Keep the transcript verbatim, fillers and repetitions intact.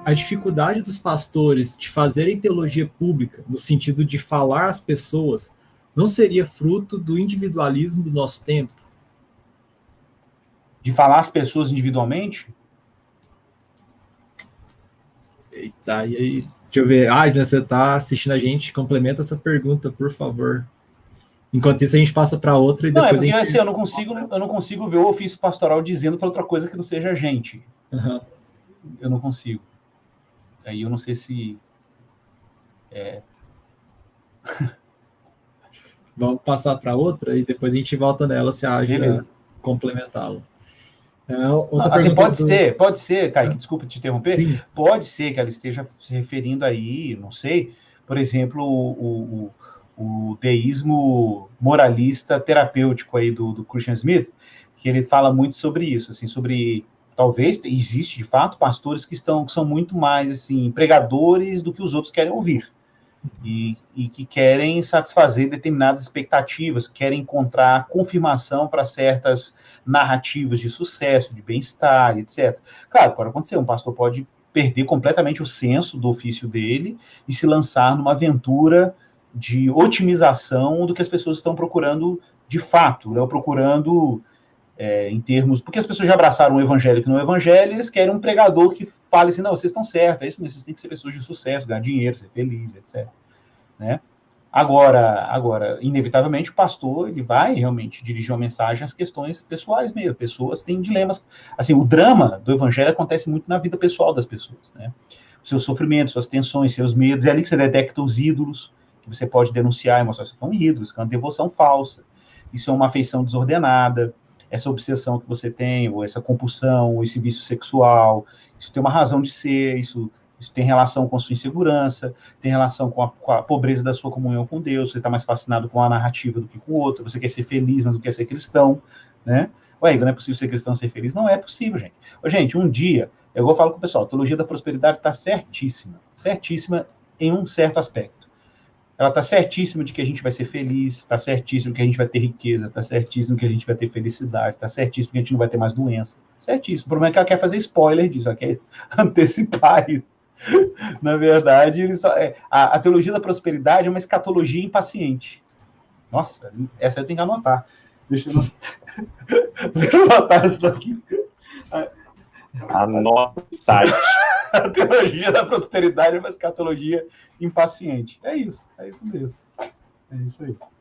a dificuldade dos pastores de fazerem teologia pública, no sentido de falar às pessoas, não seria fruto do individualismo do nosso tempo? De falar às pessoas individualmente? Eita, e aí? Deixa eu ver. Ah, você está assistindo a gente? Complementa essa pergunta, por favor. Enquanto isso, a gente passa para outra e não, depois é porque, a gente... assim, eu não consigo, eu não consigo ver o ofício pastoral dizendo para outra coisa que não seja a gente. Uhum. Eu não consigo. Aí eu não sei se... É... Vamos passar para outra e depois a gente volta nela se haja complementá-la. É, outra assim, pode do... ser, pode ser, Kaique, desculpa te interromper. Sim. Pode ser que ela esteja se referindo aí, não sei, por exemplo, o, o, o deísmo moralista terapêutico aí do, do Christian Smith, que ele fala muito sobre isso, assim, sobre... Talvez existe, de fato, pastores que, estão, que são muito mais, assim, pregadores do que os outros querem ouvir. E, e que querem satisfazer determinadas expectativas, querem encontrar confirmação para certas narrativas de sucesso, de bem-estar, etcétera. Claro, pode acontecer, um pastor pode perder completamente o senso do ofício dele e se lançar numa aventura de otimização do que as pessoas estão procurando de fato, né? Procurando é, em termos... Porque as pessoas já abraçaram o evangelho que não é evangelho, e eles querem um pregador que fale assim, não, vocês estão certos, é isso mesmo, vocês têm que ser pessoas de sucesso, ganhar dinheiro, ser feliz, etcétera. Né? Agora, agora, inevitavelmente, o pastor ele vai realmente dirigir uma mensagem às questões pessoais mesmo. Pessoas têm dilemas. Assim, o drama do evangelho acontece muito na vida pessoal das pessoas, né? Os seus sofrimentos, suas tensões, seus medos. É ali que você detecta os ídolos, que você pode denunciar e mostrar que são ídolos, que é uma devoção falsa. Isso é uma afeição desordenada. Essa obsessão que você tem, ou essa compulsão, ou esse vício sexual, isso tem uma razão de ser, isso... Isso tem relação com a sua insegurança, tem relação com a, com a pobreza da sua comunhão com Deus, você está mais fascinado com a narrativa do que com o outro, você quer ser feliz, mas não quer ser cristão, né? Ué, não é possível ser cristão e ser feliz? Não é possível, gente. Ô, gente, um dia, eu vou falar com o pessoal, a teologia da prosperidade está certíssima, certíssima em um certo aspecto. Ela está certíssima de que a gente vai ser feliz, está certíssimo que a gente vai ter riqueza, está certíssimo que a gente vai ter felicidade, está certíssimo que a gente não vai ter mais doença. Certíssimo. O problema é que ela quer fazer spoiler disso, ela quer antecipar isso. Na verdade, ele só, é, a, a teologia da prosperidade é uma escatologia impaciente. Nossa, essa eu tenho que anotar. Deixa eu anotar, Deixa eu anotar isso daqui. Anota o site. A teologia da prosperidade é uma escatologia impaciente. É isso, é isso mesmo. É isso aí.